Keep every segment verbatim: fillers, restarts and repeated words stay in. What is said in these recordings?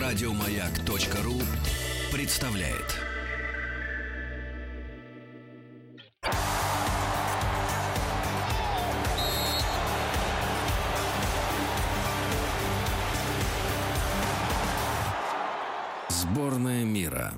Радиомаяк.ру представляет. Сборная мира.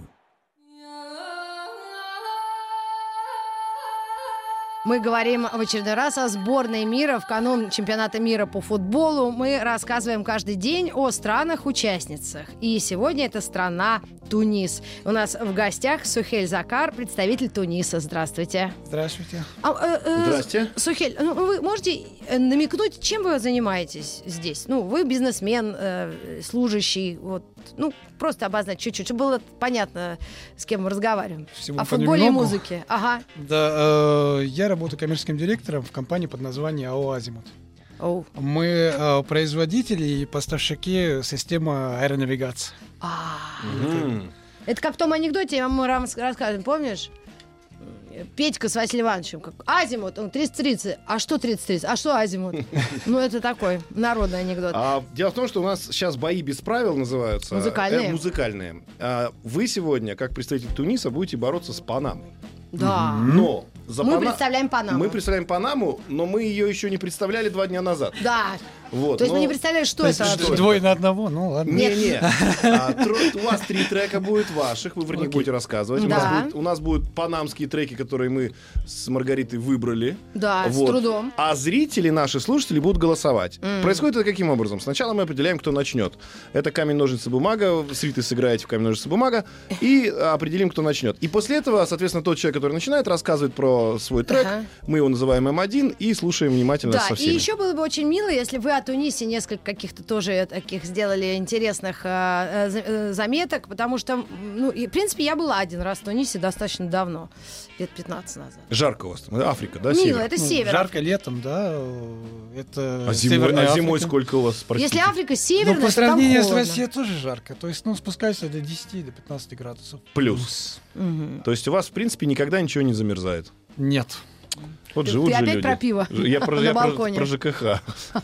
Мы говорим в очередной раз о сборной мира в канун чемпионата мира по футболу. Мы рассказываем каждый день о странах-участницах. И сегодня это страна Тунис. У нас в гостях Сухель Закар, представитель Туниса. Здравствуйте. Здравствуйте. А, э, э, Здрасте. Сухель, ну, вы можете намекнуть, чем вы занимаетесь здесь? Ну, вы бизнесмен, э, служащий, вот, ну, просто обозначить чуть-чуть, чтобы было понятно, с кем мы разговариваем. Всего о футболе и понемногу. музыке. Ага. Да, э, я работаю коммерческим директором в компании под названием АО «Азимут». Оу. Мы э, производители и поставщики системы аэронавигации. А. М. Это как в том анекдоте, мы вам рассказываем, помнишь? Петька с Василием Ивановичем. Как азимут, он тридцать тридцать. А что тридцать тридцать? А что азимут? Ну, это такой народный анекдот. А, дело в том, что у нас сейчас бои без правил называются. Музыкальные. Э, музыкальные. А вы сегодня, как представитель Туниса, будете бороться с Панамой. Да. Но за Мы Пана- представляем Панаму. Мы представляем Панаму, но мы ее еще не представляли два дня назад. Да. Вот, То есть но- мы не представляем, что То это есть вообще. двое на одного, ну ладно. Не-не. А, тро- У вас три трека будет ваших, вы про них Окей. будете рассказывать. У Да. нас будет- У нас будут панамские треки, которые мы с Маргаритой выбрали. Да, с Вот. трудом. А зрители, наши слушатели, будут голосовать. Происходит это каким образом? Сначала мы определяем, кто начнет. Это камень, ножницы, бумага. С Ритой сыграете в камень, ножницы, бумага. И определим, кто начнет. И после этого, соответственно, тот человек, который начинает, рассказывает про свой трек. Ага. Мы его называем эм один и слушаем внимательно Да, со и всеми. еще было бы очень мило, если вы о Тунисе несколько каких-то тоже таких сделали интересных э, э, за- э, заметок, потому что, ну, и, в принципе, я была один раз в Тунисе достаточно давно, лет пятнадцать назад. Жарко у вас там. Африка, да, Мило, север? это Ну, север. жарко летом, да. э, Это А зимой, Северная а зимой Африка. сколько у вас, простите? Если Африка северная, Ну, по то там сравнению с холодно. Россией тоже жарко. То есть, ну, спускается до десяти, до пятнадцати градусов. Плюс. Мгм. То есть у вас, в принципе, никогда ничего не замерзает. Нет. Вот Ты- живут ты же опять люди. про пиво Я про, на я про- балконе. про ЖКХ.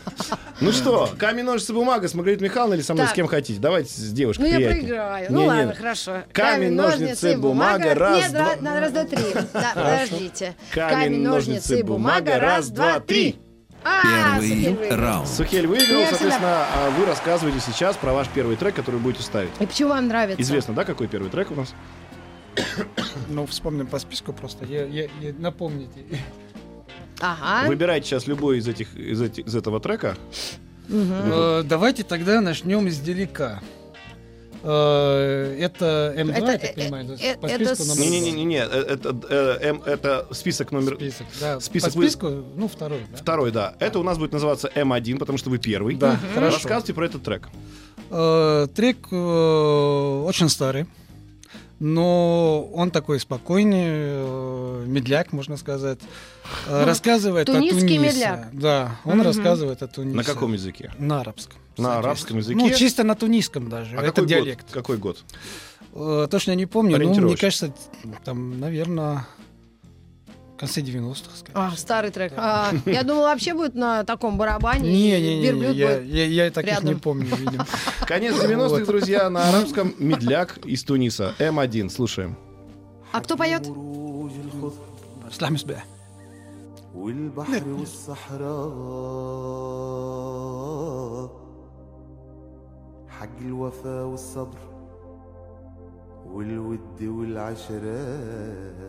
Ну что, камень, ножницы, бумага с Маргаритой Михайловной или со мной, Так. с кем хотите? Давайте с девушкой Ну, я приятнее. проиграю. Ну, Не-не. ладно, хорошо. Камень, ножницы, бумага, раз, Нет, два. ра- надо раз, два, три. Да, подождите. Камень, ножницы, бумага, раз, два, три. А, Первый Сухель выиграл. раунд. Сухель выиграл, Ну, я соответственно, а вы рассказываете сейчас про ваш первый трек, который будете ставить. И почему вам нравится? Известно, да, какой первый трек у нас? Ну, вспомним по списку просто. Я, я- я- напомните. Ага. Выбирайте сейчас любой из этих из, этих, из этого трека. Э, Давайте тогда начнем издалека. Э, Это эм два, Это- я так э, понимаю, да, э, по это списку с- номер два. Не-не-не, это, э, эм, это список номер... Список, да. Список По вы- списку, ну, второй, да. Второй, да. Это у нас будет называться эм один, потому что вы первый. Да, хорошо. Рассказывайте про этот трек. Э, Трек э, очень старый, но он такой спокойный, э, медляк, можно сказать. Э, Ну, рассказывает о тунисский Тунисе. медляк. Да, он Мгм. рассказывает о Тунисе. На каком языке? На арабском. На арабском языке? Ну, чисто на тунисском даже. А Это какой диалект. год? Какой год? Э, Точно не помню, но мне Ориентировочно. кажется, там, наверное, в конце девяностых. скорее А, всего. старый трек. А, я думала, вообще будет на таком барабане. Не, и не, не, верблюд я, будет. я, я таких рядом. не помню, видимо. Конец девяностых, друзья, на арабском медляк из Туниса. эм один, слушаем. А кто поет? بروج الخضر Слах мисбах. والبحر والصحراء حج الوفا والصبر والود والعشرة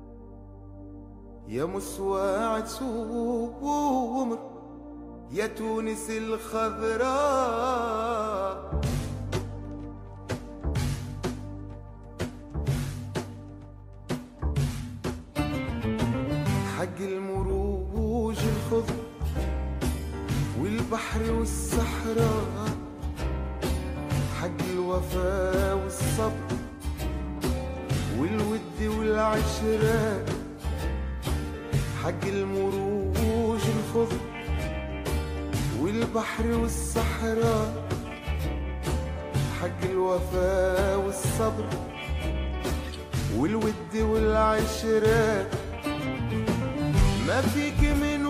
يا مسواع سومر يا تونس الخضراء حق المروج الخضر والبحر والصحراء حق الوفا والصبر والود والعشرة حق المروج الخضر والبحر والصحراء حق الوفا والصبر والود والعشرة ما فيك من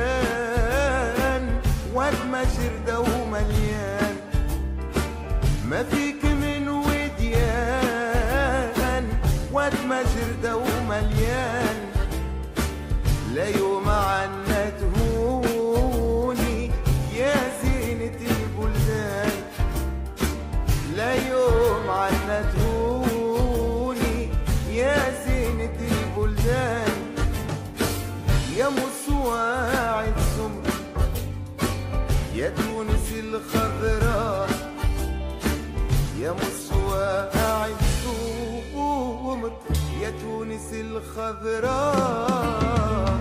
وديان واد ما جردة ومليان ما فيك من وديان واد مجردة ومليان لا يوم عنا تهوني يا زينة البلدان لا يوم عنا تهوني يا زينة البلدان يا مصواعد سمر يا تونس الخضراء يا مصواعد سمر يا تونس الخضراء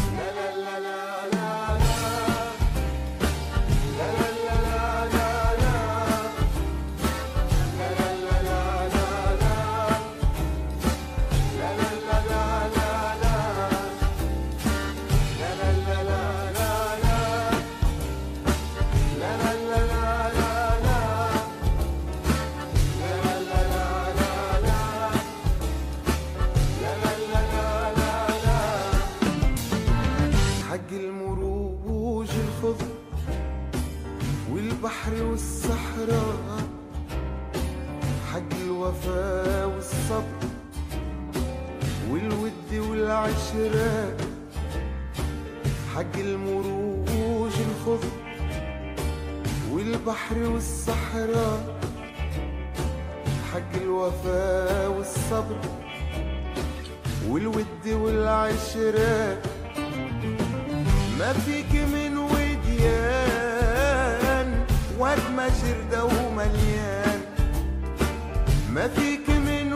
والبحر والصحراء حق الوفاء والصبر والود والعشرة حق المروج الخضر والبحر والصحراء حق الوفاء والصبر والود والعشرة ما فيك من وديان واد مجردة ومليان ما فيك من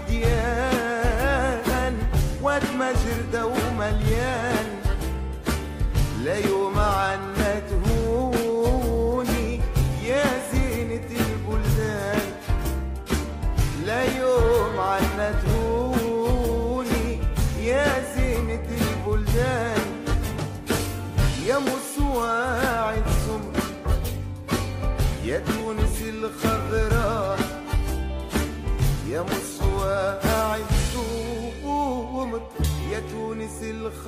وديان واد مجردة ومليان لا يوم عنا تهوني يا زينة البلدان لا يوم عنا تهوني يا زينة البلدان يا مصواعد سمر يا تونس الخضراء يا مصواعد سمر يا تونس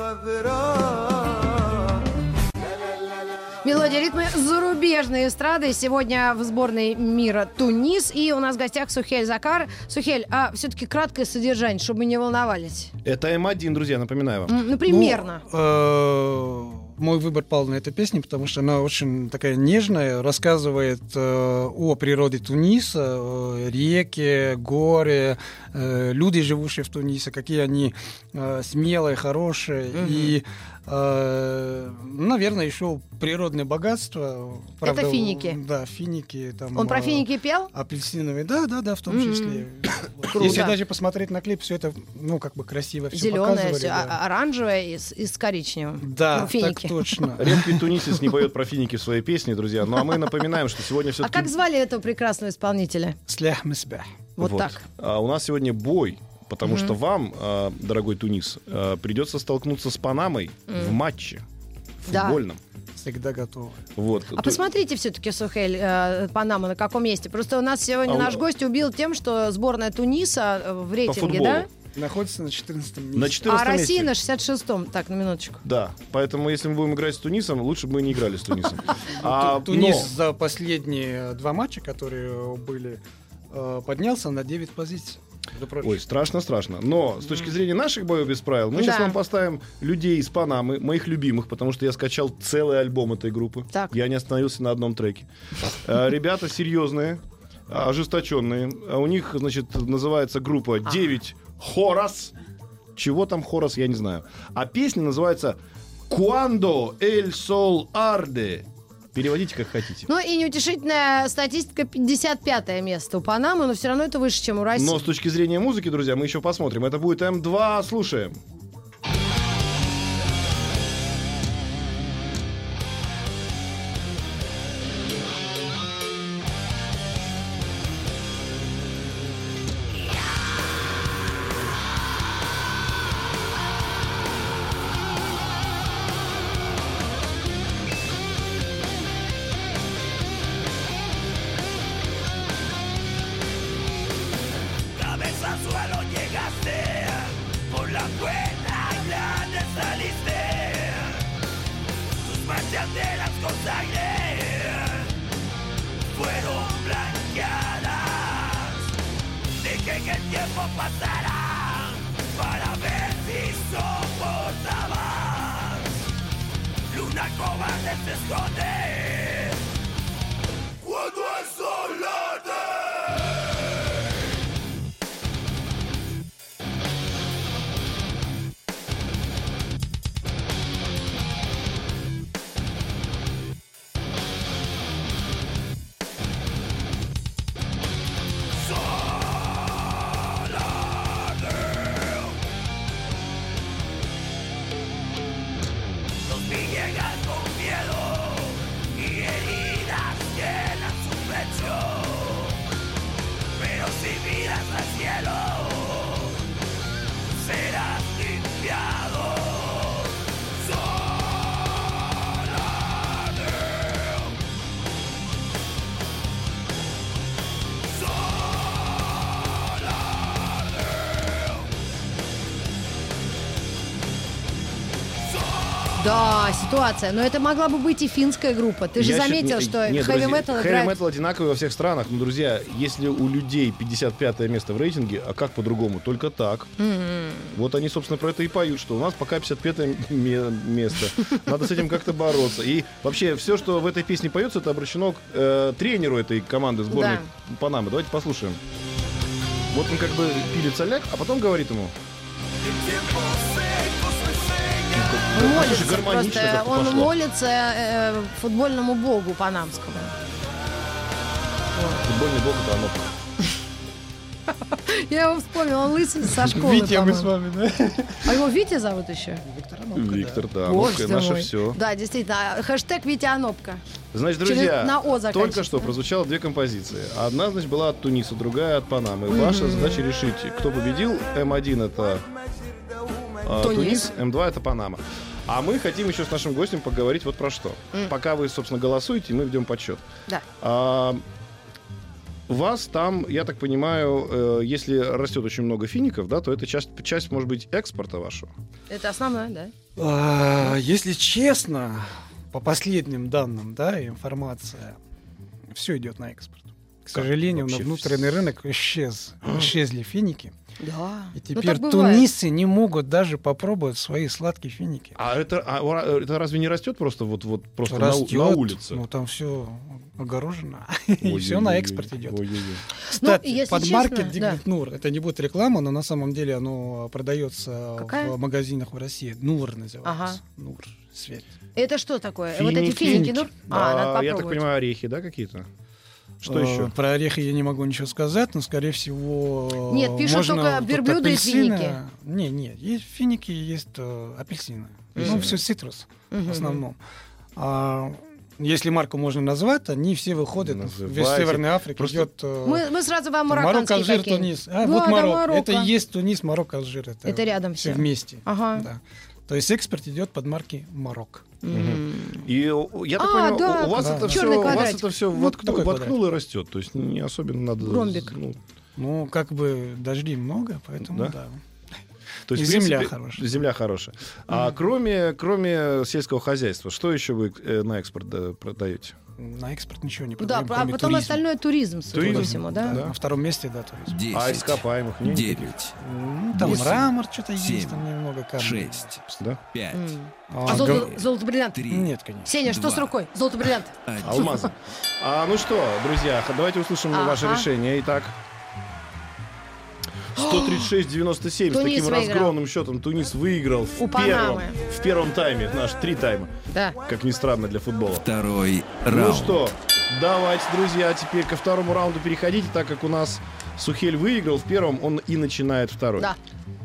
الخضراء. Мелодия, ритмы зарубежной эстрады. Сегодня в сборной мира Тунис. И у нас в гостях Сухель Закар. Сухель, а все-таки краткое содержание, чтобы мы не волновались. Это эм один, друзья, напоминаю вам. Ну, примерно. Ну, э, мой выбор пал на эту песню, потому что она очень такая нежная, рассказывает э, о природе Туниса, э, реки, горы, э, люди, живущие в Тунисе, какие они э, смелые, хорошие. Mm-hmm. И, э, наверное, еще природное богатство. Правда, это финики. Да, финики. Там, Он про финики пел? Апельсиновые, да, да, да, в том mm-hmm. числе. Круто. Если даже посмотреть на клип, все это, ну, как бы красиво все зеленое, показывали. все, Да. оранжевое и с, и с коричневым. Да, ну, финики. так точно. Редкий тунисец не поет про финики в своей песне, друзья. Ну а мы напоминаем, что сегодня все-таки... А как звали этого прекрасного исполнителя? Слях Мисбах. Вот, вот так. А у нас сегодня бой, потому Mm-hmm. что вам, а, дорогой Тунис, а, придется столкнуться с Панамой mm. в матче футбольном. Да. Всегда готовы. Вот. А посмотрите все-таки, Сухель, э, Панама на каком месте. Просто у нас сегодня а наш у... гость убил тем, что сборная Туниса в рейтинге, да? Находится на четырнадцатом месте. На четырнадцатом а Россия месте. на шестьдесят шестом. Так, на минуточку. Да, поэтому если мы будем играть с Тунисом, лучше бы мы не играли с Тунисом. А, Тунис но... за последние два матча, которые были, поднялся на девять позиций. Ой, страшно-страшно. Но с точки зрения наших боев без правил, мы Да. сейчас вам поставим людей из Панамы, моих любимых, потому что я скачал целый альбом этой группы. Так. Я не остановился на одном треке. А, Ребята серьезные, ожесточенные. А у них, значит, называется группа девять Хорас. Чего там Хорас, я не знаю. А песня называется «Cuando el sol arde». Переводите как хотите. Ну и неутешительная статистика: пятьдесят пятое место у Панамы, но все равно это выше, чем у России. Но с точки зрения музыки, друзья, мы еще посмотрим. Это будет эм два. Слушаем. Cabeza al suelo llegaste, por la buena grande saliste, tus manchas de las consagré, fueron blanqueadas. tiempo pasará para ver si soportabas. Luna cobarde se esconde cuando el sol arde. Да, ситуация. Но это могла бы быть и финская группа. Ты же Я заметил, счит- что нет, хэви друзья, метал хэви играет... метал одинаковый во всех странах. Но, друзья, если у людей пятьдесят пятое место в рейтинге, а как по-другому? Только так. Вот они, собственно, про это и поют, что у нас пока пятьдесят пятое ме- место. Надо с этим как-то бороться. И вообще, все, что в этой песне поется, это обращено к э, тренеру этой команды сборной Панамы. Давайте послушаем. Вот он как бы пилит соляк, а потом говорит ему... Он Это молится же гармонично просто, как-то он пошло. молится э, футбольному богу панамскому. Футбольный бог — это оно. Я его вспомнил, он лысый со школы, Витя, мы с по-моему. вами, да? А его Витя зовут еще? Виктор Анопка, да. Виктор, да. Боже Анопка, ты наше мой. все. Да, действительно. Хэштег Витя Анопка. Значит, Через- друзья, на О заканчивается, только что да? прозвучало две композиции. Одна, значит, была от Туниса, другая от Панамы. Ваша задача решить, кто победил. эм один это а, Тунис. Тунис, эм два это Панама. А мы хотим еще с нашим гостем поговорить вот про что. Пока вы, собственно, голосуете, мы ведем подсчет. Да. А, у вас там, я так понимаю, э, если растет очень много фиников, да, то это часть, часть, может быть, экспорта вашего. Это основное, да? А, Если честно, по последним данным, да, информация, все идет на экспорт. К сожалению, на вообще внутренний рынок исчез. Исчезли финики. Да. И Ну, теперь так бывает. тунисцы не могут даже попробовать свои сладкие финики. А это, а, ура- это разве не растет просто вот, вот просто на, у- Растет, на улице? ну там все огорожено, и все на экспорт идет. Ой-ой-ой. Кстати, Ну, если под честно, маркет да. Дигнит Нур, это не будет реклама, но на самом деле оно продается Какая? в магазинах в России. Нур называется. Ага. Нур, свет. Это что такое? Вот эти Финики. финики, ну? А, надо А, я так попробовать. понимаю, орехи, да, какие-то? Что Э, еще? Про орехи я не могу ничего сказать, но, скорее всего... Нет, пишут можно только тут верблюда и апельсины. финики. Не, не, есть финики, есть э, апельсины. Ну, все цитрус в основном. А, если марку можно назвать, они все выходят в Называйте. Северной Африке. Просто- Идет, э, Мы, мы сразу вам Марокко, марокканские Алжир, какие. Тунис. А, Да, вот да, Марокко. Марокко. Это и есть Тунис, Марокко, Алжир. Это, Это рядом все всё. вместе. Ага. Да. То есть экспорт идет под марки Марокко. И у- я так А, понимаю, да, у, у вас да, это да. все, Чёрный у вас квадратик. это все Ну, воткну- такой воткнуло и растет. То есть не особенно надо. Ромбик. ну, Ну, как бы дождей много, поэтому Да? да. то есть, И в земля принципе, хорошая. Земля хорошая. А кроме, кроме сельского хозяйства, что еще вы э, на экспорт да, продаете? На экспорт ничего не Да, продаем, а кроме потом туризма. остальное туризм, судя Туризм, по всему, да? Да, на втором месте, да, туризм. десять, А ископаемых нет? девять, Ну, там Восемь, мрамор что-то семь, есть, там немного камней. шесть, Да? пять, А, А золото, гов- золото бриллиант? три, Нет, конечно. Сеня, что Два. с рукой? Золото бриллиант. один. Алмазы. А, ну что, друзья, х- давайте услышим Ага. ваше решение. Итак, сто тридцать шесть девяносто семь с Тунис таким выиграл. разгромным счетом Тунис выиграл в У первом, Панамы. в первом тайме. Наш три тайма, Да. как ни странно для футбола. Второй Ну раунд. что, давайте, друзья, теперь ко второму раунду переходите, так как у нас Сухель выиграл в первом, он и начинает второй. Да.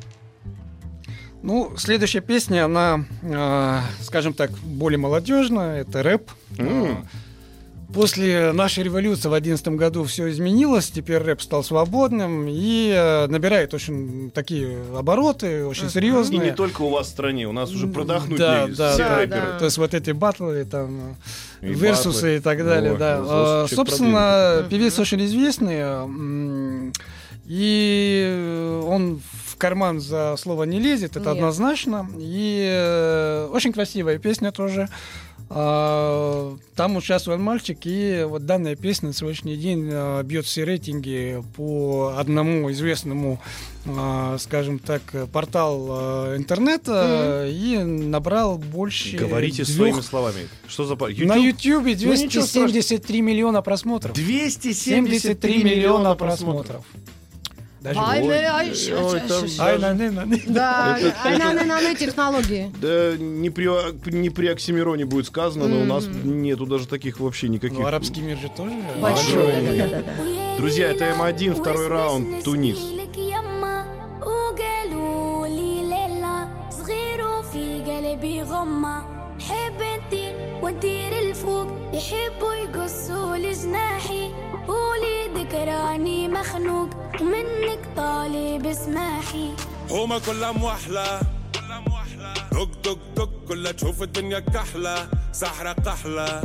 Ну, следующая песня, она, э, скажем так, более молодежная, это рэп. М. После нашей революции в одиннадцатом году все изменилось, теперь рэп стал свободным и э, набирает очень такие обороты, очень И серьезные. не только у вас в стране, у нас уже продохнуть Да, не- да, все да, рэперы. да. То есть вот эти батлы, там, И версусы батлы. и так далее, Ой, да. ну, А, вообще собственно, певец очень известный, м, и он в карман за слово не лезет, это Нет. однозначно. И э, очень красивая песня тоже. А, там там участвовал мальчик, и вот данная песня на сегодняшний день э, бьет все рейтинги по одному известному, э, скажем так, портал э, интернета, mm-hmm. и набрал больше... Говорите двух... своими словами. Что за... YouTube? На Ютьюбе двести Ну, семьдесят три миллиона просмотров. двести семьдесят три миллиона просмотров. Даже Ай, больше. ай, ай, Ой, ай, там ай, Ай, даже- на, на, на, на. Да, ай-на-на-на технологии. Да, не при, не при Оксимироне будет сказано, но у нас нету даже таких вообще никаких. Ну, арабский мир же тоже. Большой. большой. Да-да-да. Друзья, это эм один, второй раунд, Тунис. ودير الفوق يحبوا يقصوا لجناحي قولي ذكراني مخنوق ومنك طالب اسماحي هما كلها موحلة دق دق دق كلها تشوف الدنيا كحلة سحرة قحلة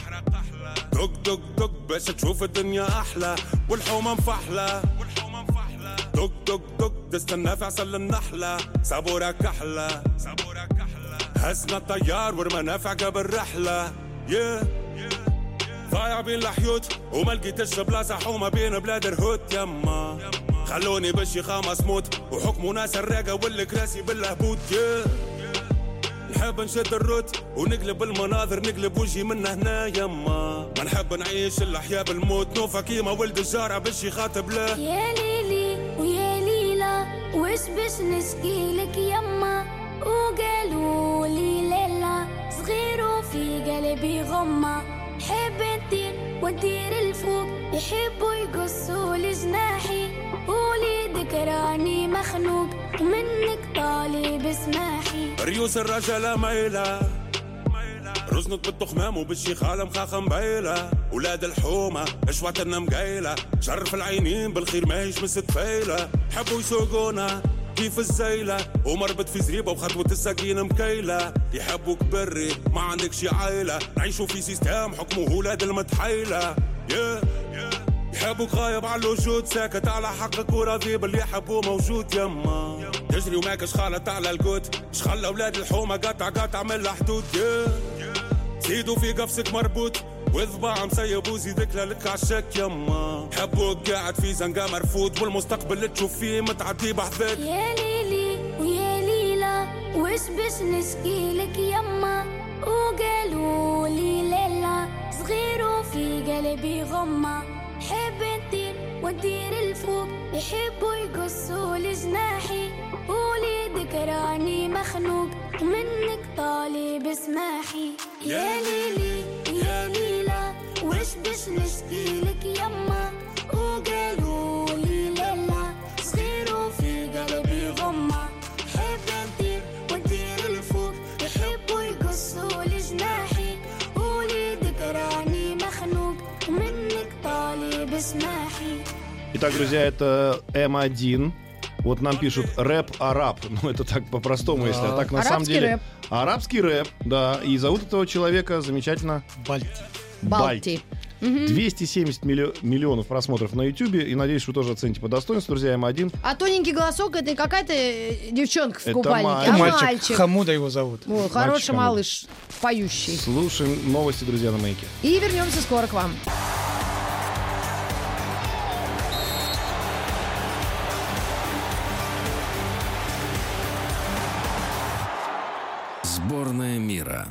دق دق دق باش تشوف الدنيا أحلى والحومة مفحلة دق دق دق تستنى في عسل النحلة صبورة كحلة هزنا الطيار والمنافع قبل رحلة yeah. ضايع بين الحيوت وما لقيتش بلاصة حومة بين بلاد الهوت يما خلوني بالشيخة مسموت وحكموا ناس الراقة والكراسي بالهبوط yeah. نحب نشد الروت ونقلب المناظر نقلب وجهي من هنا يما ما نحب نعيش الأحياء بالموت نوفا كيما ولد الجارة بالشيخة بلا يا ليلي ويا ليلى وش باش نشكيلك يما وقالوا لي ليلى صغير وفي قلبي غمة حب ندير ودير الفوق يحبوا يقصوا لجناحي قولي ذكراني مخنوق ومنك طالب اسماحي ريوس الرجالة مايلة رزنك بالتخمام وبالشيخالة مخاخة مبايلة ولاد الحومة اشواتنا مقايلة شرف العينين بالخير ما هيش مستفايلة حبوا يسوقونا كيف الزيلة ومربط في زريبة وخطوة الساقين مكيلة يحبوك بري ما عندك شي عايلة نعيشوا في سيستم حكمه ولاد المتحيلة yeah. يحبوك غايب على الوجود ساكت على حقك وراضي باللي يحبوه موجود يما تجري وماكش خالط على القوت شخلى اولاد الحومة قطع قطع من الحدود yeah. زيدوا في قفصك مربوط وذباع مسيب وزيدك لك عالشك يما حبوك قاعد في زنقة مرفوض والمستقبل اللي تشوف فيه متعدي بحذاك يا ليلي ويا ليلى وش باش نشكيلك يما وقالوا لي ليلى صغير وفي قلبي غمة حب ندير ودير الفوق يحبوا يقصوا لجناحي قولي ذكراني مخنوق ومنك طالب اسماحي يا ليلي يا ليلى وش باش نشكيلك يما وقالوا لي ليلى صغير وفي قلبي غمة حب ندير ودير الفوق يحبوا يقصوا لجناحي قولي ذكراني مخنوق ومنك طالب اسماحي. Итак, друзья, это эм один. Вот нам пишут рэп-араб. Ну, это так по-простому, Да. если. А так на Арабский самом деле... рэп. Арабский рэп, да. И зовут этого человека замечательно... Бальти. Балти. двести семьдесят миллио- миллионов просмотров на Ютьюбе. И надеюсь, вы тоже оцените по достоинству, друзья, эм один. А тоненький голосок — это не какая-то э, девчонка в Это купальнике, а мальчик. мальчик. Хамуда его зовут. О, Мальчик хороший Хамуда. малыш, поющий. Слушаем новости, друзья, на Маяке. И вернемся скоро к вам. Сборная мира.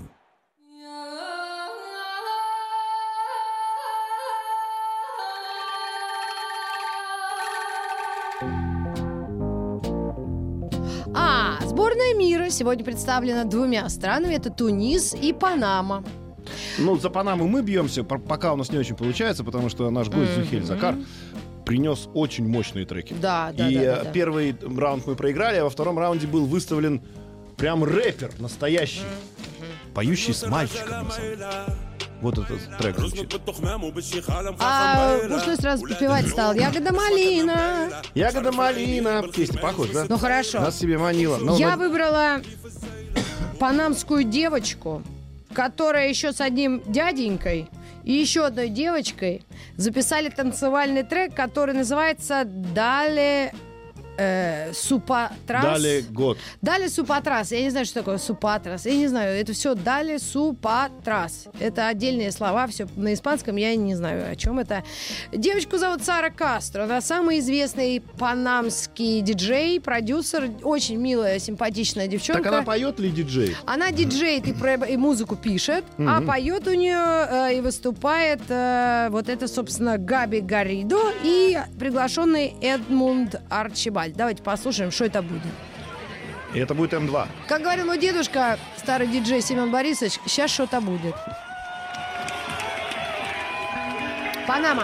А, сборная мира сегодня представлена двумя странами. Это Тунис и Панама. Ну, за Панаму мы бьемся, по- пока у нас не очень получается, потому что наш гость Зухель Закар принес очень мощные треки. Да, да, И да, да, э, да. первый раунд мы проиграли, а во втором раунде был выставлен прям рэпер настоящий, поющий с мальчиком. на самом деле. Вот этот трек звучит. А мужской сразу подпевать стал. Ягода малина. Ягода малина. Песня похожа, да? Ну хорошо. Нас себе манила. Ну, Я ну, выбрала панамскую девочку, которая еще с одним дяденькой и еще одной девочкой записали танцевальный трек, который называется «Дале э, Супатрас. Дали год. Дали Супатрас. Я не знаю, что такое Супатрас. Я не знаю. Это все Дали Супатрас. Это отдельные слова. Все на испанском. Я не знаю, о чем это. Девочку зовут Сара Кастро. Она самый известный панамский диджей, продюсер. Очень милая, симпатичная девчонка. Так она поет ли диджей? Она диджеет и, про, и музыку пишет, mm-hmm. а поет у нее э, и выступает э, вот это, собственно, Габи Гаридо и приглашенный Эдмунд Арчибальд. Давайте послушаем, что это будет. И это будет эм два. Как говорил мой дедушка, старый диджей Семен Борисович, сейчас что-то будет. Панама.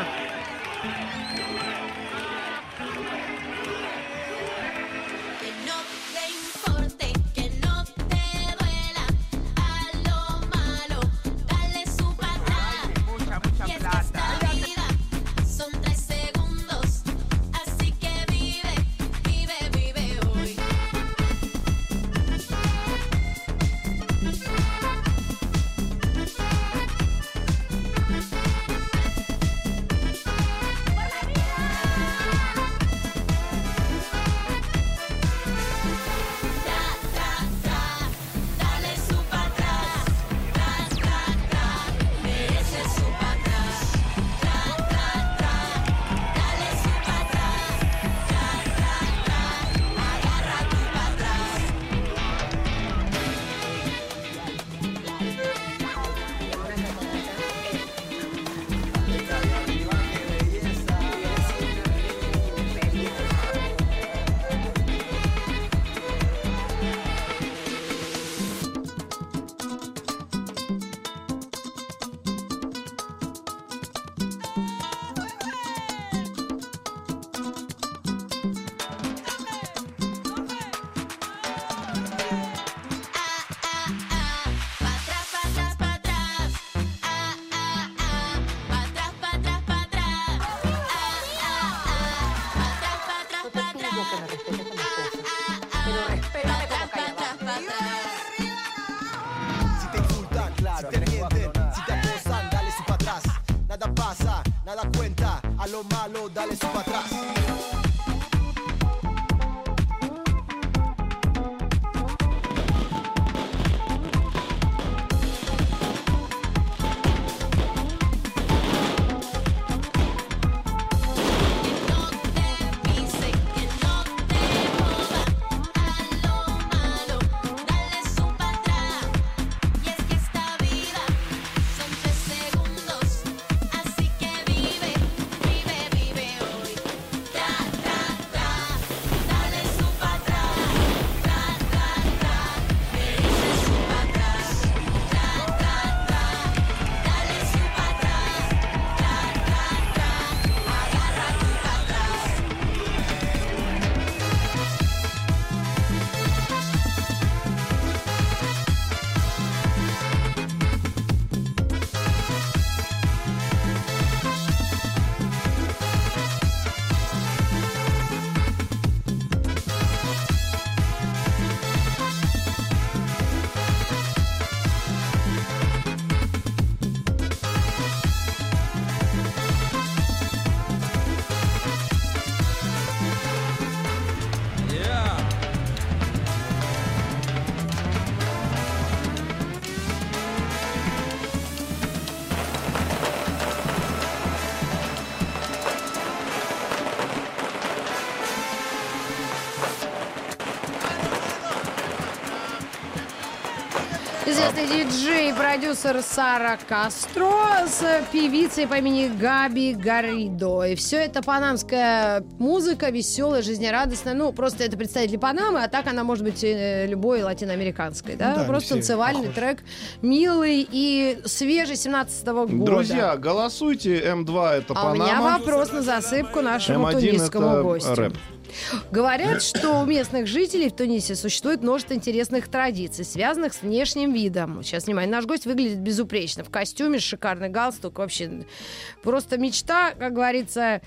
Известный диджей и продюсер Сара Кастро с певицей по имени Габи Гаридо. И все это панамская музыка, веселая, жизнерадостная. Ну, просто это представители Панамы, а так она может быть любой латиноамериканской. Да? Да, просто танцевальный похожи. трек, милый и свежий семнадцатого года. Друзья, голосуйте. эм два это А Панама. у меня вопрос на засыпку нашему эм один тунисскому это гостю. рэп. Говорят, что у местных жителей в Тунисе существует множество интересных традиций, связанных с внешним видом. Сейчас, внимание, наш гость выглядит безупречно. В костюме, шикарный галстук. Вообще, просто мечта, как говорится,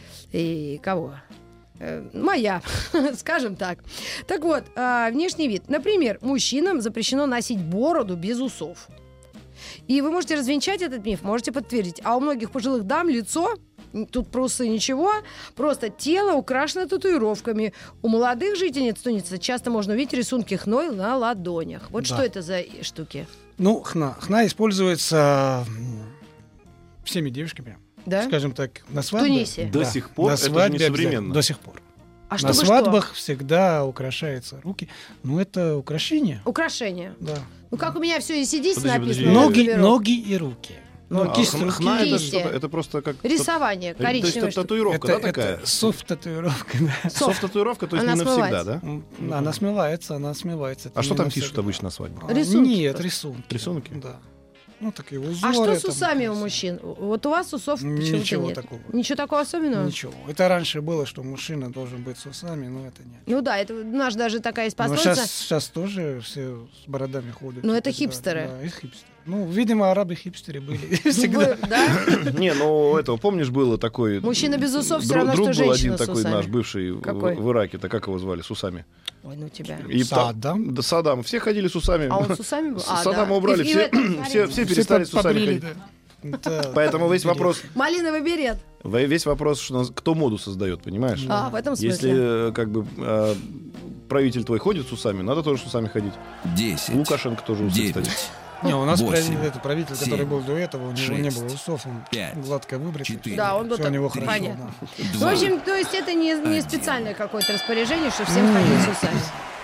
и кого? Э, моя, скажем так. Так вот, э, внешний вид. Например, мужчинам запрещено носить бороду без усов. И вы можете развенчать этот миф, можете подтвердить. А у многих пожилых дам лицо тут про усы ничего, просто тело украшено татуировками. У молодых жительниц Туниса часто можно увидеть рисунки хной на ладонях. Вот Да. что это за штуки? Ну, хна. Хна используется м, всеми девушками, Да? скажем так, на В свадьбе. Тунисе. До Да. сих пор На это же свадьбе не современно. обязательно. До сих пор. А На чтобы свадьбах всегда украшаются руки. Ну, это украшение. что? Украшения. Да. Ну, как у меня все и сидите Подожди, написано. подожди. вот Ноги, гравировка. ноги и руки. Ну, А кисть хна- руки. хна это, Кисти. что-то- это просто как... Рисование То есть коричневое. это татуировка, да, такая? Это софт-татуировка, да. Софт-татуировка, то есть Она не навсегда, смывается. да? М, Она смывается, она смывается. А Это что не там навсегда. пишут обычно на свадьбе? А, Рисунки Нет, просто. рисунки. Рисунки? Да. Ну, такие узоры. А что с там, усами у всё. мужчин? Вот у вас усов почему-то Ничего нет. такого. Ничего такого особенного? Ничего. Это раньше было, что мужчина должен быть с усами, но это нет. Ну да, это у нас даже такая есть Но пословица. сейчас, сейчас тоже все с бородами ходят. Ну, это Да, хипстеры. Да, и хипстеры. Ну, видимо, арабы хипстеры были Ну, всегда. вы- да? Не, ну этого, помнишь, было такой... Мужчина без усов всё друг- равно, друг что был женщина один с такой усами. наш, бывший в- Какой? в Ираке-то, как его звали, с усами? Ой, ну тебя. И та- Саддам? Да, Саддам. Все ходили с усами. А он с усами был? С- А, Саддама да. убрали, И- и все, это, все, смотрите. все перестали с усами побрили, ходить. да. Да. Поэтому весь вопрос, Малиновый берет. весь вопрос, что нас- кто моду создает, понимаешь? А, в этом смысле. Если э, как бы э, правитель твой ходит с усами, надо тоже с усами ходить. десять, Лукашенко тоже усы, кстати. девять, Не, у нас восемь, правитель, это правитель, семь, который был до этого, у него не шесть, было усов, он пять, гладко выбритый. четыре, Да, он был Все у так- него хорошо. понятно. да. Ну, в два, общем, то есть это не, не один. специальное какое-то распоряжение, что всем Нет. ходить с усами.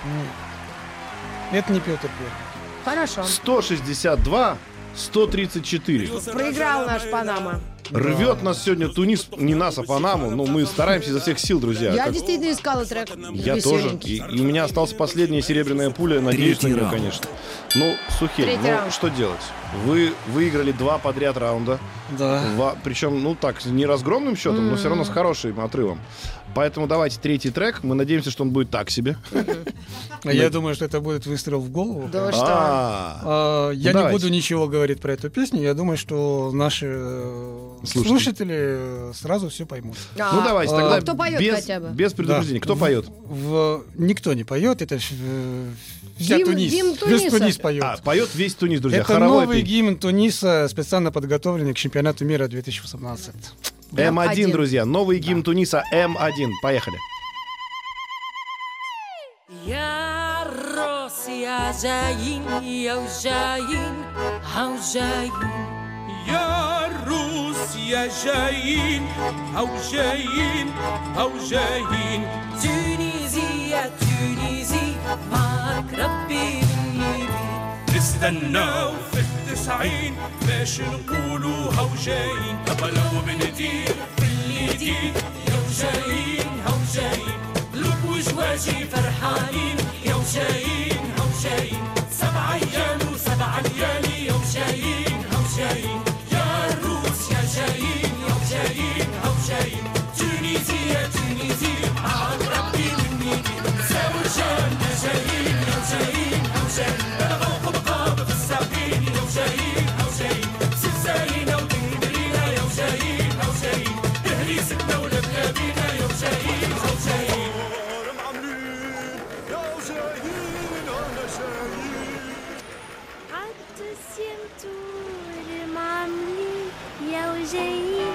Это не Петр Первый. Хорошо. сто шестьдесят два сто тридцать четыре. Проиграл наш Панама. Рвет нас сегодня Тунис, не нас, а Панаму. Но мы стараемся изо всех сил, друзья. Я Как- действительно искала трек Я тоже. весёленький. И, и у меня осталась последняя серебряная пуля. Надеюсь на Третий нее, раунд. конечно. Ну, Сухель, Третий ну раунд. что делать? Вы выиграли два подряд раунда. Да. Ва- Причем, ну так, не разгромным счетом, но все равно с хорошим отрывом. Поэтому давайте третий трек. Мы надеемся, что он будет так себе. А Я думаю, что это будет выстрел в голову. Да вы что? А, А, Я Ну, не давайте. буду ничего говорить про эту песню. Я думаю, что наши э, Слушатели. слушатели э, сразу все поймут. А, Ну давайте а тогда кто поет без, хотя бы? без предупреждения. Кто В- поет? В... Никто не поет, это э, вся Гимн- Тунис. гимн Весь Туниса. Тунис поет. А, поет весь Тунис, друзья. Это Хоровое новый пение. гимн Туниса, специально подготовленный к чемпионату мира две тысячи восемнадцать. эм один, один. друзья. Новый гимн Туниса эм один. Поехали. يا الراس يا جايين يا وجايين هاو جايين يا الروس يا جايين هاو جايين هاو جايين تونيزي يا تونيزي معك ربي مني نستناو في التسعين باش نقولوا هاو جايين قبلوا بندير في اليدين يا وجايين هاو جايين قلوب وجواجي فرحانين يا وجايين هاو جايين سبع ايام وسبع ليالي يا وجايين هاو جايين يا الروس يا جايين يا وجايين هاو جايين تونيزي يا تونيزي عاد ربي مني ساوي جانا جايين يا وجايين هاو جايين انا فوق مقام في الساقين يا وجايين هاو جايين سلساينا ودندرينا يا وجايين هاو جايين تهريستنا ولبلابينا يا وجايين هاو جايين عالدوزيام تور معاملين يا وجايين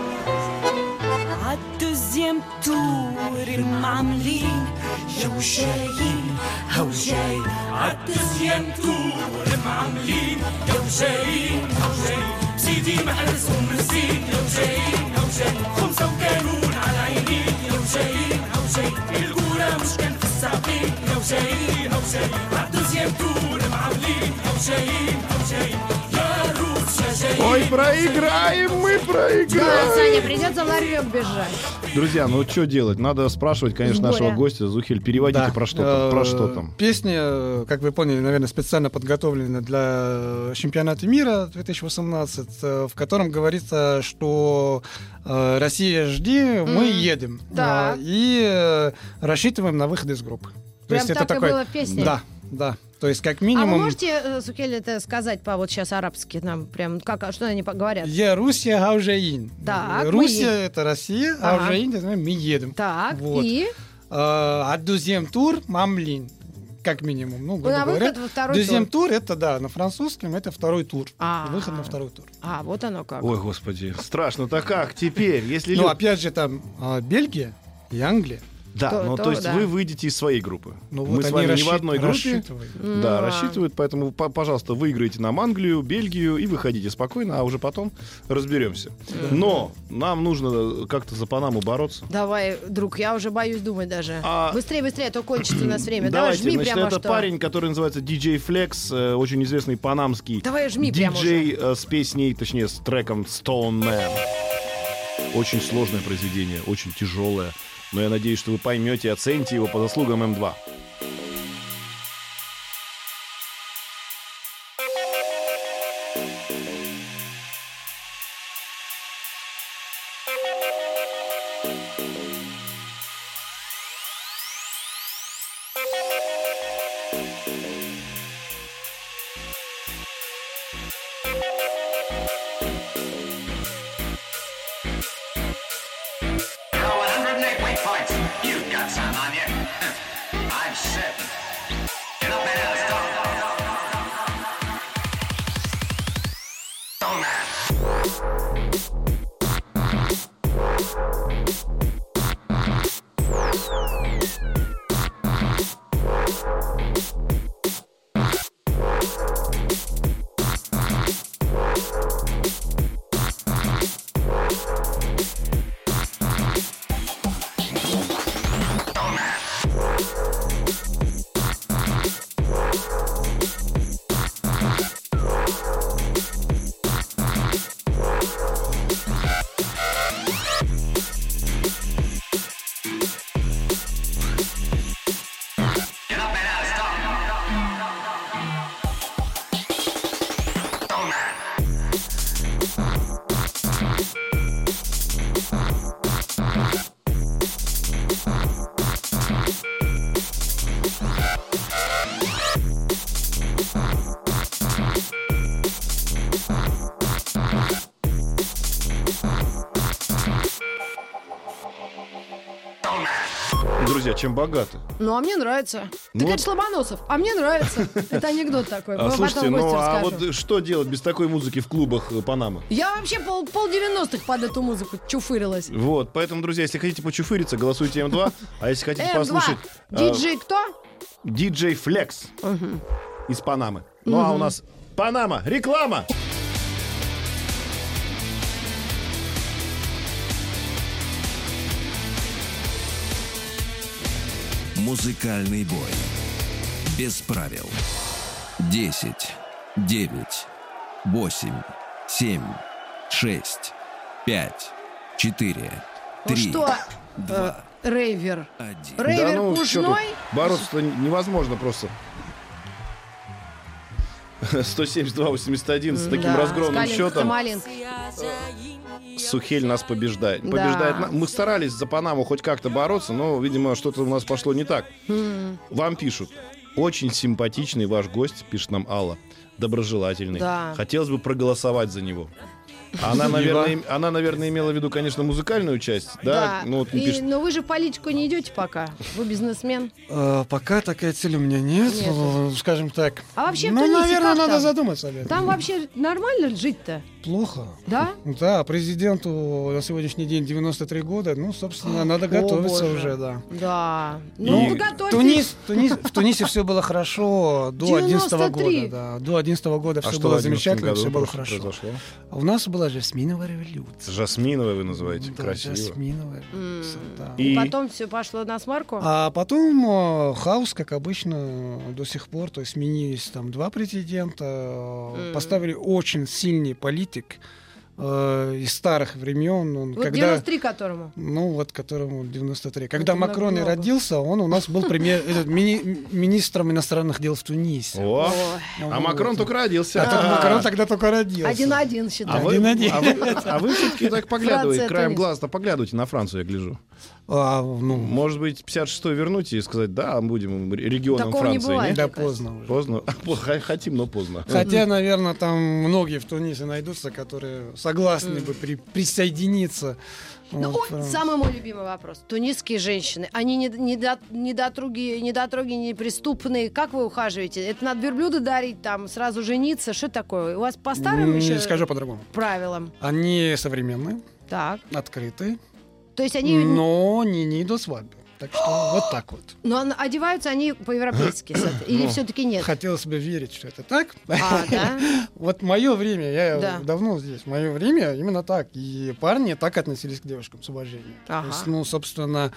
عالدوزيام تور معاملين يا وجايين هاو جايين عالدوزيام تور معاملين يا وجايين هاو جايين سيدي محرز ومرسين يا وجايين هاو جايين خمسة وقانون على عينين يا وجايين هاو جايين الكورة مش كان في الساقين يا وجايين هاو جايين عالدوزيام تور معاملين يا وجايين هاو جايين يا روس يا جايين Ой, проиграем, мы Да, проиграем. Саня, придется в ларек бежать. Друзья, ну что делать? Надо спрашивать, конечно, Горя. нашего гостя. Зухель, переводите Да. про что там. Про Э, что там. Песня, э, как вы поняли, наверное, специально подготовлена для чемпионата мира две тысячи восемнадцать, э, в котором говорится, что э, Россия, жди, мы Мгм. едем. Так. Э, И э, рассчитываем на выход из группы. Прям так и было в песне? Да, да. То есть, как А минимум... вы можете, э, Сукель, это сказать по вот сейчас арабски нам прям, как, а что они по- говорят? Я Руссия, Аужаин. Так, мы Руссия едем. это Россия, Ага. Аужаин это мы едем. Так, Вот. и... Аддузем тур, мамлин. как минимум. Ну, грубо на говоря. выход во второй Deuxième тур, это, да, на французском это второй тур. А. Выход на второй тур. А, вот оно как. Ой, господи, страшно-то как теперь, если... Ну, лю- опять же, там а, Бельгия и Англия. Да, То- ну то то есть да. вы выйдете из своей группы. Ну, Мы вот с они вами не в рассчит- одной группе. рассчитывают. Да, Ну, рассчитывают, поэтому, по- пожалуйста, выиграйте нам Англию, Бельгию и выходите спокойно, а уже потом разберемся. Но нам нужно как-то за Панаму бороться. Давай, друг, я уже боюсь думать даже. А- Быстрее, быстрее, а то кончится у нас время. Давай, Давайте, жми значит, прямо это что. парень, который называется ди джей Flex, э, очень известный панамский Давай, жми прямо диджей э, с песней, точнее, с треком Stone Man. Очень сложное произведение, очень тяжелое. Но я надеюсь, что вы поймете и оцените его по заслугам эм два. Друзья, чем богаты? Ну, а мне нравится. Ну, Ты, конечно, Лобоносов, а мне нравится. Это анекдот такой. А, Потом слушайте, гостям ну а расскажу. вот что делать без такой музыки в клубах э, Панамы? Я вообще пол, пол девяностых под эту музыку чуфырилась. Вот, поэтому, друзья, если хотите почуфыриться, голосуйте эм два. А если хотите эм два. послушать э, Диджей кто? ди джей Flex из Панамы. Ну а у нас Панама, реклама! Музыкальный бой. Без правил. Десять, девять, восемь, семь, шесть, пять, четыре, Ну три, что, два, э, рейвер? один. Рейвер да ну, что тут, пушной? бороться-то невозможно просто. сто семьдесят два восемьдесят один с таким Да, разгромным с счетом. Камалин. Сухель нас побеждает. Да. побеждает. на- Мы старались за Панаму хоть как-то бороться, но, видимо, что-то у нас пошло не так. Вам пишут. Очень симпатичный ваш гость, пишет нам Алла. Доброжелательный. Да. Хотелось бы проголосовать за него. Она, наверное, им- она, наверное, имела в виду, конечно, музыкальную часть. Да. Да. Ну, вот И- пишет. но вы же в политику не идете пока. Вы бизнесмен. Э, пока такая цель у меня нет, Нету. э, скажем так. А вообще в ну, Тунисе наверное, как надо там? задуматься об этом. Там вообще нормально жить-то? Плохо. Да? Да, президенту на сегодняшний день девяносто три года, ну, собственно, надо О, готовиться боже. уже, да. Да. И Ну, вы готовьтесь. Тунис, Тунис, в Тунисе все было хорошо до одиннадцатого девяносто три. года. Да, до одиннадцатого года А все что в было одиннадцатом замечательно, году все было просто хорошо. произошло? А у нас была жасминовая революция. Жасминовая вы называете. Да, Красиво. жасминовая революция, да. И Потом все пошло на смарку. А потом э, хаос, как обычно, до сих пор. То есть сменились там два президента, э, поставили очень сильный политик э, из старых времен. Он, Вот когда, девяносто три которому. ну вот которому девяносто три. Когда Это Макрон и много. родился, он у нас был премьер, этот, мини- министром иностранных дел в Тунисе. О, Ой. а Макрон только родился. А тот А. Макрон тогда только родился. Один-один, А считай. вы, Один-один. а вы, а вы все-таки так поглядываете, Франция, краем Тунис. глаза-то поглядывайте на Францию, я гляжу. А, ну, Может быть, пятьдесят шестой вернуть и сказать, да, будем регионом Такого не Франции. бывает. нет? да, мне кажется. поздно уже. Поздно. Х- Хотим, но поздно. Хотя, наверное, там многие в Тунисе найдутся, которые согласны бы при- присоединиться. Ну, Вот, ой, э, самый мой любимый вопрос. Тунисские женщины, они не, не, до- недотруги, недотроги, неприступные. Как вы ухаживаете? Это надо верблюда дарить, там, сразу жениться? Что такое? У вас по старым не еще скажу по-другому. правилам? Они современные, Так. открытые, То есть они... но не, не до свадьбы. Так что вот так вот. Но он- одеваются они по-европейски, кстати, или Ну, все-таки нет? Хотелось бы верить, что это так. А, да? Вот мое время, я Да. давно здесь, мое время именно так. И парни так относились к девушкам с уважением. Ага. То есть, ну, собственно,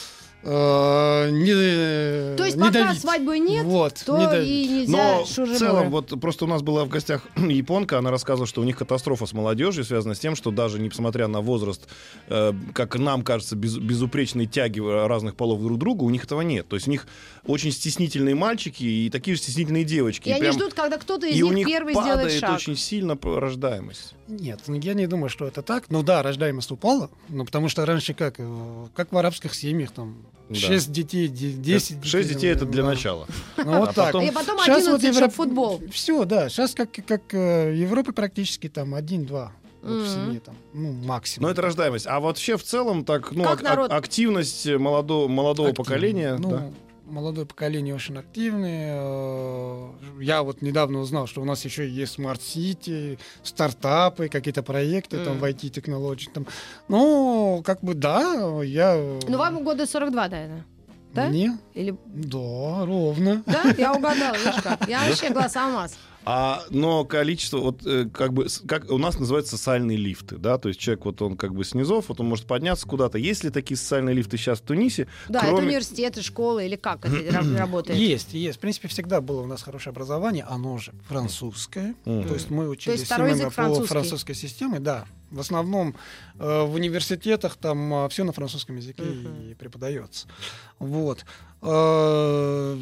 э, не То есть не пока давить. свадьбы нет, Вот, то не давить. и нельзя Но в шуры-муры. целом, вот просто у нас была в гостях японка, она рассказывала, что у них катастрофа с молодежью связана с тем, что даже несмотря на возраст, э, как нам кажется, без- безупречной тяги разных полов друг к другу, у них этого нет. То есть у них очень стеснительные мальчики и такие же стеснительные девочки. И они прям- ждут, когда кто-то из и у них них первый сделает падает шаг. очень сильно п- рождаемость. Нет, ну, я не думаю, что это так. Ну да, рождаемость упала, ну потому что раньше как, э, как в арабских семьях, там, Да. шесть детей, де- десять Шесть детей это для да. начала. Ну вот А так. потом- И потом Щас одиннадцать, Европ- чтоб футбол. Все, да. Сейчас как, как э, в Европе практически там один-два вот в Мгм. семье, там, ну, максимум. Но это рождаемость. А вообще в целом так, ну, Как ак- народ? ак- активность молодого, молодого Активно. поколения. Ну, да. молодое поколение очень активное. Э, Я вот недавно узнал, что у нас еще есть смарт-сити, стартапы, какие-то проекты там М. в ай ти-технологии. Там. Ну, как бы да, я... Ну, вам года сорок два, наверное. Да? Мне? Или... Да, ровно. Да? Я угадала, видишь как. Я вообще глаз алмаз. А, но количество, вот э, как бы, с- как у нас называются социальные лифты, да, то есть человек вот он как бы снизов, вот он может подняться куда-то. Есть ли такие социальные лифты сейчас в Тунисе? Да, это кроме- университеты, школы или как это ра- работает? Есть, есть. В принципе, всегда было у нас хорошее образование, оно же французское. Мгм. То есть мы учились второй именно язык по французский. французской системе, да. В основном э, в университетах там все на французском языке Мгм. и преподается. Вот. Э,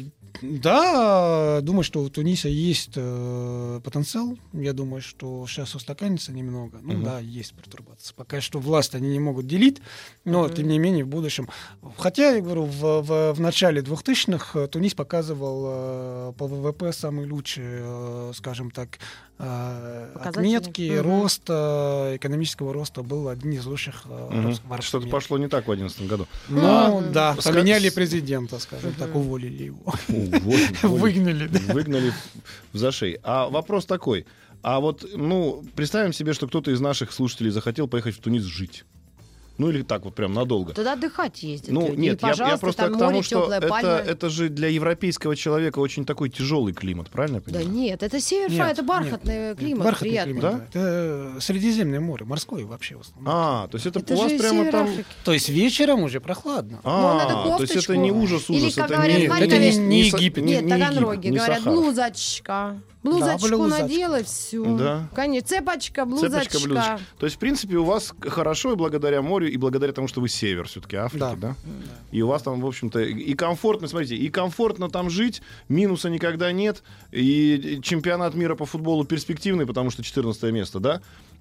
Да, думаю, что у Туниса есть э, потенциал. Я думаю, что сейчас устаканится немного. Ну Мгм. да, есть пертурбации. Пока что власть они не могут делить, но Мгм. тем не менее в будущем. Хотя, я говорю, в, в, в начале двухтысячных э, Тунис показывал э, по ВВП самые лучшие, э, скажем так, э, Показатели. отметки Мгм. роста, экономического роста был один из лучших э, Мгм. арабских- в арабском Что-то мире. пошло не так в одиннадцатом году. Ну, Мгм. да, Ска- поменяли президента, скажем так, Мгм. уволили его. Вы- Выгнали, да. Выгнали в зашей. А вопрос такой. А вот, ну, представим себе, что кто-то из наших слушателей захотел поехать в Тунис жить. Ну или так вот прям надолго. Туда отдыхать ездят. Ну, люди. нет, И, я, я пожалуйста, просто там к тому, море, что теплая это, пальма. это же для европейского человека очень такой тяжелый климат, правильно я Да понимаю? нет, это север, Нет, это бархатный нет, климат, бархатный приятный. климат, Да? да. Это Средиземное море, морское вообще в основном. А, то есть это, Это у вас же прямо север там... Африки. То есть вечером уже прохладно. Ну, надо А, то есть это кофточку. не ужас, Или, ужас, как это говорят не, в это Харькове, не, не Са- Египет. не- Нет, не таганроги Египет, не говорят, Сахара. блузочка. Блузочку блузочка. надела, все. Да. Конечно, цепочка, блузочка. Цепочка, блузочка. То есть, в принципе, у вас хорошо и благодаря морю, и благодаря тому, что вы север все-таки Африки, да? Да. И у вас там, в общем-то, и комфортно, смотрите, и комфортно там жить, минуса никогда нет, и чемпионат мира по футболу перспективный, потому что четырнадцатое место, да?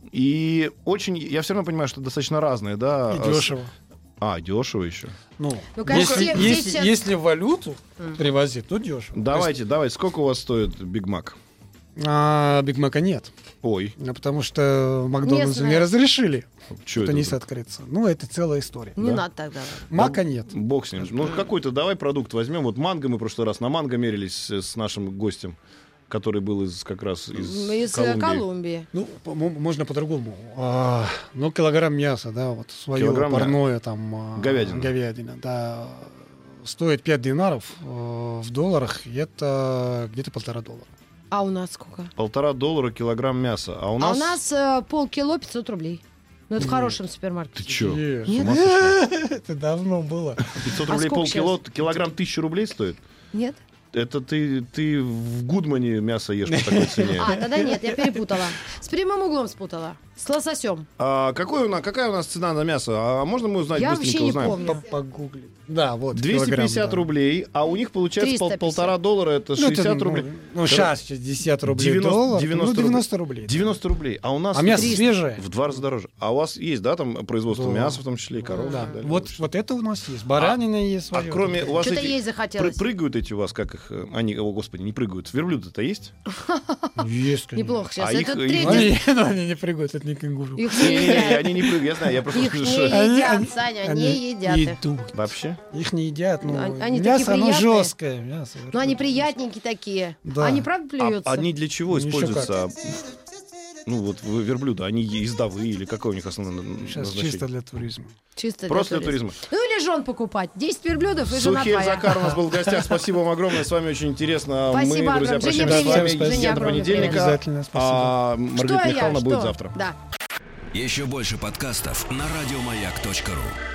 И очень, я все равно понимаю, что достаточно разное, да? И дешево. А, дешево еще. Ну, Ну, конечно, если, все- если, все сейчас- если валюту привозить, то дешево. Давайте, давайте, сколько у вас стоит Биг Мак? А Биг Мака нет. Ой, Ну, потому что Макдональдсу Местное. не разрешили что в это? Тунисе вдруг? открыться. Ну, это целая история. Не Да. надо тогда. Мака нет. Бог с ним. Ну, какой-то давай продукт возьмем. Вот манго, мы в прошлый раз на манго мерились с, с нашим гостем, который был из как раз из, Из э, Колумбии. Колумбии. Ну, по- мо- можно по-другому. А, ну, килограмм мяса, да, вот свое Килограмм, да. парное там. а, Говядина. Говядина, да. Стоит пять динаров э, в долларах, и это где-то полтора доллара. А у нас сколько? Полтора доллара килограмм мяса. А у А нас... у нас э, полкило пятьсот рублей. Ну, это в хорошем супермаркете. Ты чё? Нет. С ума сошла? Это давно было. пятьсот А рублей сколько полкило, килограмм тысячу рублей стоит? Нет? Это ты, ты в Гудмане мясо ешь по такой цене. А, тогда нет, я перепутала. С прямым углом спутала. С лососем. А, какой у нас, какая у нас цена на мясо? А можно мы узнать, Я быстренько вообще не узнаем? помню. Погугли. Да, вот. двести пятьдесят килограмм, да. рублей, а у них получается пол- триста пятьдесят. полтора доллара, это Ну, это, шестьдесят ну, рублей. Ну, сейчас шестьдесят рублей девяносто доллар. девяносто ну, девяносто рублей. девяносто рублей. А у нас А мясо триста. свежее. в два раза дороже. А у вас есть, да, там производство Да. мяса, в том числе и коров? Да. и так далее? Вот, вот это у нас есть. Баранина есть А своё. кроме у вас Что-то эти есть захотелось. пры- прыгают эти у вас, как их, э, они, о господи, не прыгают. Верблюды-то есть? Есть, конечно. Неплохо сейчас. А Это их- их- Ну, третий. Они, ну, они не прыгают, это не кенгуру. Их не Не-не-не, едят. они не прыгают, я знаю, я просто Их скажу, не что едят, Они- Саня, они не едят их. едут. вообще. Их не едят, ну, Они- они мясо, такие оно приятные. жесткое. Мясо, Ну, они приятненькие такие. Да. Они правда А плюются? они для чего Ну, еще используются? Ну, вот в- верблюда, они ездовые или какое у них основное Сейчас назначение? чисто для туризма. Чисто Просто для туризма. Ну, или жен покупать. десять верблюдов и жена Сухель твоя. Закар у нас был в гостях. Спасибо вам огромное. С вами очень интересно. Спасибо Мы, друзья, огромное. Женя, прощаемся с вами. привет. Женя, До огромный понедельника. привет. Обязательно, спасибо. А Маргарита Что я? Михайловна будет Что? завтра. Да. Еще больше подкастов на радиомаяк точка ру.